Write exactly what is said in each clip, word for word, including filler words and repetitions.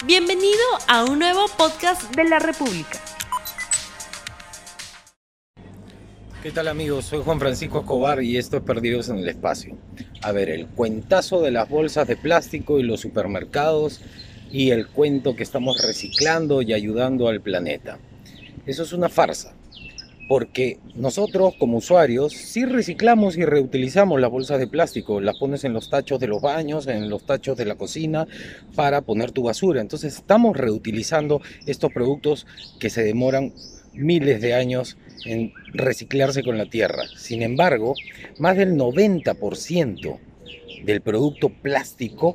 Bienvenido a un nuevo podcast de la República. ¿Qué tal, amigos? Soy Juan Francisco Escobar y esto es Perdidos en el Espacio. A ver, el cuentazo de las bolsas de plástico y los supermercados y el cuento que estamos reciclando y ayudando al planeta. Eso es una farsa, porque nosotros como usuarios sí reciclamos y reutilizamos las bolsas de plástico, las pones en los tachos de los baños, en los tachos de la cocina para poner tu basura. Entonces estamos reutilizando estos productos que se demoran miles de años en reciclarse con la tierra. Sin embargo, más del noventa por ciento del producto plástico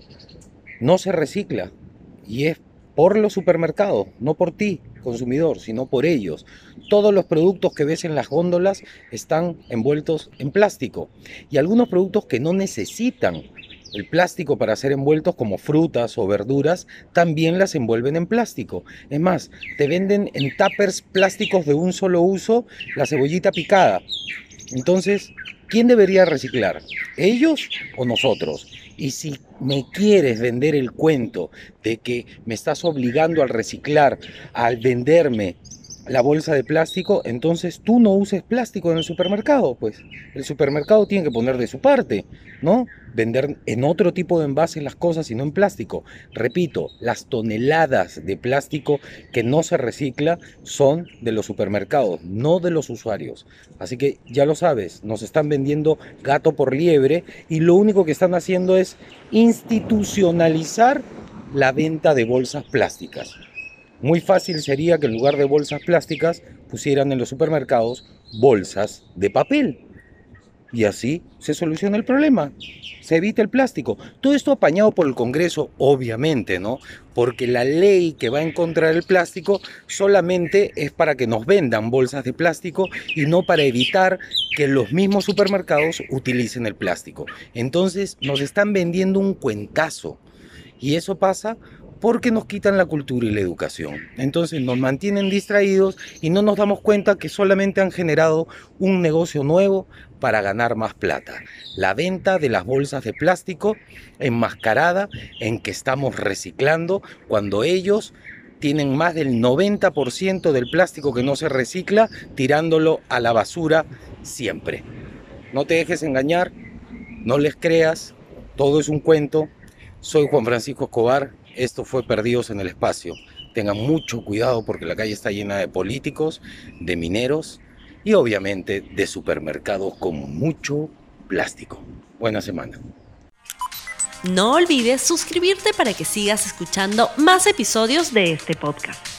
no se recicla y es por los supermercados, no por ti, consumidor, sino por ellos. Todos los productos que ves en las góndolas están envueltos en plástico y algunos productos que no necesitan el plástico para ser envueltos, como frutas o verduras, también las envuelven en plástico. Es más, te venden en tuppers plásticos de un solo uso la cebollita picada. Entonces, ¿quién debería reciclar? ¿Ellos o nosotros? Y si me quieres vender el cuento de que me estás obligando a reciclar, al venderme la bolsa de plástico, entonces tú no uses plástico en el supermercado, pues el supermercado tiene que poner de su parte, ¿no? Vender en otro tipo de envases las cosas y no en plástico. Repito, las toneladas de plástico que no se recicla son de los supermercados, no de los usuarios. Así que ya lo sabes, nos están vendiendo gato por liebre y lo único que están haciendo es institucionalizar la venta de bolsas plásticas. Muy fácil sería que en lugar de bolsas plásticas pusieran en los supermercados bolsas de papel. Y así se soluciona el problema, se evita el plástico. Todo esto apañado por el Congreso, obviamente, ¿no? Porque la ley que va en contra del plástico solamente es para que nos vendan bolsas de plástico y no para evitar que los mismos supermercados utilicen el plástico. Entonces nos están vendiendo un cuentazo. Y eso pasa porque nos quitan la cultura y la educación. Entonces nos mantienen distraídos y no nos damos cuenta que solamente han generado un negocio nuevo para ganar más plata. La venta de las bolsas de plástico enmascarada en que estamos reciclando cuando ellos tienen más del noventa por ciento del plástico que no se recicla tirándolo a la basura siempre. No te dejes engañar, no les creas, todo es un cuento. Soy Juan Francisco Escobar. Esto fue Perdidos en el Espacio. Tengan mucho cuidado porque la calle está llena de políticos, de mineros y obviamente de supermercados con mucho plástico. Buena semana. No olvides suscribirte para que sigas escuchando más episodios de este podcast.